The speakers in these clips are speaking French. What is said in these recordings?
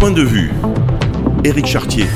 point de vue. Éric Chartier.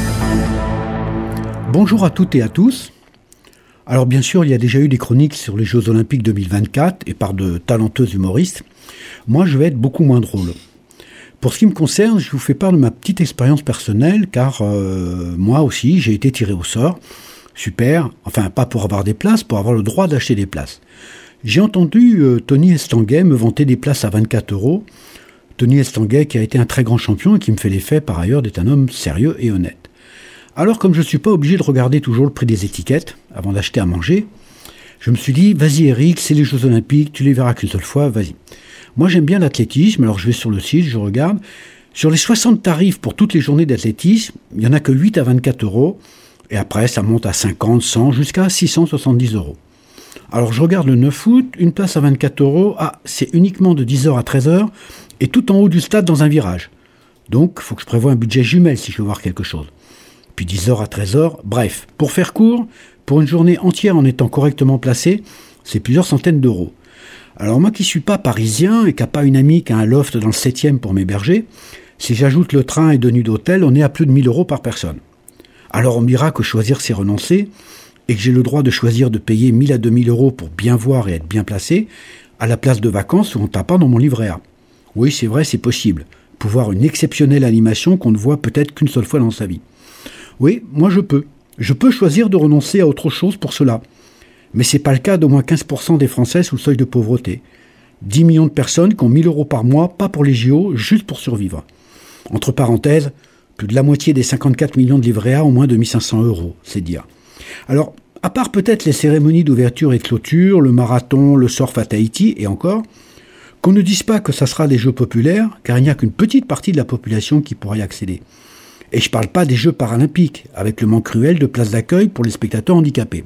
Bonjour à toutes et à tous. Alors bien sûr, il y a déjà eu des chroniques sur les Jeux Olympiques 2024 et par de talentueux humoristes. Moi, je vais être beaucoup moins drôle. Pour ce qui me concerne, je vous fais part de ma petite expérience personnelle, car moi aussi, j'ai été tiré au sort. Super, enfin pas pour avoir des places, pour avoir le droit d'acheter des places. J'ai entendu Tony Estanguet me vanter des places à 24 €. Tony Estanguet qui a été un très grand champion et qui me fait l'effet par ailleurs d'être un homme sérieux et honnête. Alors comme je ne suis pas obligé de regarder toujours le prix des étiquettes avant d'acheter à manger, je me suis dit, vas-y Eric, c'est les Jeux Olympiques, tu les verras qu'une seule fois, vas-y. Moi j'aime bien l'athlétisme, alors je vais sur le site, je regarde. Sur les 60 tarifs pour toutes les journées d'athlétisme, il n'y en a que 8 à 24 €, et après ça monte à 50, 100, jusqu'à 670 €. Alors je regarde le 9 août, une place à 24 €, c'est uniquement de 10h à 13h, et tout en haut du stade dans un virage. Donc il faut que je prévoie un budget jumelle si je veux voir quelque chose. Puis 10h à 13h, bref, pour faire court, pour une journée entière en étant correctement placé, c'est plusieurs centaines d'euros. Alors moi qui ne suis pas parisien et qui n'a pas une amie qui a un loft dans le 7e pour m'héberger, si j'ajoute le train et 2 nuits d'hôtel, on est à plus de 1000 € par personne. Alors on me dira que choisir c'est renoncer, et que j'ai le droit de choisir de payer 1000 à 2000 € pour bien voir et être bien placé, à la place de vacances où on tape pas dans mon livret A. Oui, c'est vrai, c'est possible. Pouvoir une exceptionnelle animation qu'on ne voit peut-être qu'une seule fois dans sa vie. Oui, moi je peux. Je peux choisir de renoncer à autre chose pour cela. Mais c'est pas le cas d'au moins 15% des Français sous le seuil de pauvreté. 10 millions de personnes qui ont 1000 € par mois, pas pour les JO, juste pour survivre. Entre parenthèses, plus de la moitié des 54 millions de livrets A ont moins de 1500 €, c'est dire. Alors, à part peut-être les cérémonies d'ouverture et de clôture, le marathon, le surf à Tahiti, et encore, qu'on ne dise pas que ça sera des Jeux populaires, car il n'y a qu'une petite partie de la population qui pourra y accéder. Et je ne parle pas des Jeux paralympiques, avec le manque cruel de places d'accueil pour les spectateurs handicapés.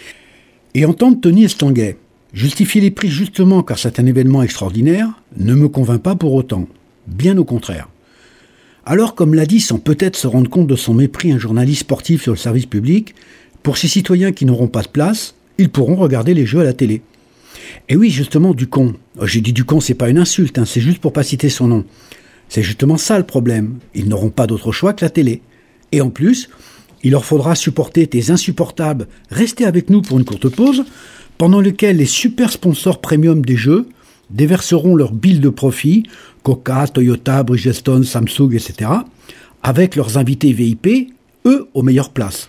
Et entendre Tony Estanguet justifier les prix justement car c'est un événement extraordinaire ne me convainc pas pour autant, bien au contraire. Alors, comme l'a dit sans peut-être se rendre compte de son mépris un journaliste sportif sur le service public, pour ces citoyens qui n'auront pas de place, ils pourront regarder les Jeux à la télé. Et oui, justement, Ducon. J'ai dit Ducon, c'est pas une insulte, c'est juste pour pas citer son nom. C'est justement ça le problème. Ils n'auront pas d'autre choix que la télé. Et en plus, il leur faudra supporter tes insupportables. Restez avec nous pour une courte pause, pendant lequel les super sponsors premium des Jeux déverseront leur bill de profit, Coca, Toyota, Bridgestone, Samsung, etc., avec leurs invités VIP, eux, aux meilleures places.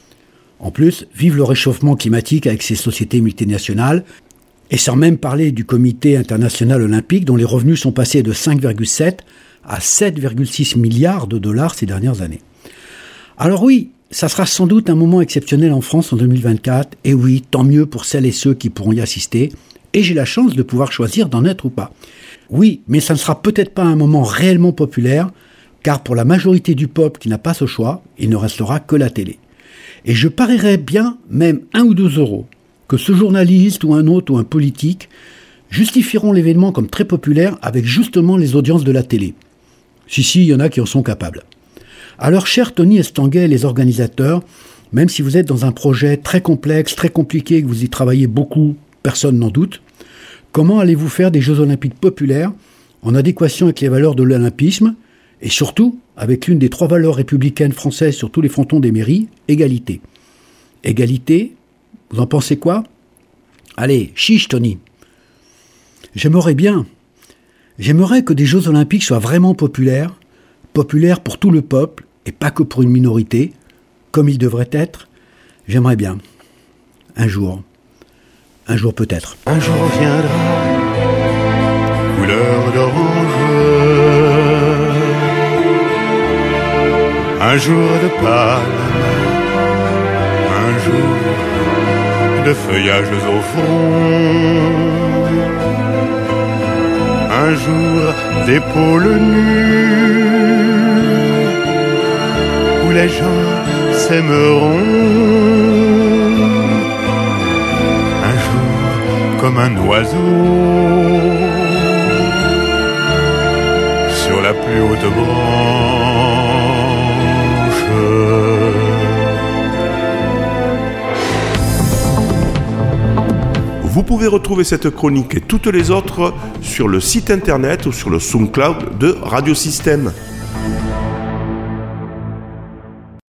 En plus, vive le réchauffement climatique avec ces sociétés multinationales, et sans même parler du Comité international olympique dont les revenus sont passés de 5,7 à 7,6 milliards de dollars ces dernières années. Alors oui, ça sera sans doute un moment exceptionnel en France en 2024, et oui, tant mieux pour celles et ceux qui pourront y assister, et j'ai la chance de pouvoir choisir d'en être ou pas. Oui, mais ça ne sera peut-être pas un moment réellement populaire, car pour la majorité du peuple qui n'a pas ce choix, il ne restera que la télé. Et je parierais bien, même 1 ou 2 € que ce journaliste ou un autre ou un politique justifieront l'événement comme très populaire avec justement les audiences de la télé. Si, il y en a qui en sont capables. Alors, cher Tony Estanguet et les organisateurs, même si vous êtes dans un projet très complexe, très compliqué, que vous y travaillez beaucoup, personne n'en doute, comment allez-vous faire des Jeux Olympiques populaires en adéquation avec les valeurs de l'olympisme et surtout avec l'une des 3 valeurs républicaines françaises sur tous les frontons des mairies, égalité. Égalité, vous en pensez quoi ? Allez, chiche Tony. J'aimerais que des Jeux Olympiques soient vraiment populaires pour tout le peuple et pas que pour une minorité, comme ils devraient être. J'aimerais bien. Un jour peut-être. Un jour viendra, couleur d'orange, un jour de palme, un jour de feuillages au fond, un jour d'épaules nues, où les gens s'aimeront, un jour comme un oiseau, sur la plus haute branche. Vous pouvez retrouver cette chronique et toutes les autres sur le site internet ou sur le SoundCloud de Radio Système.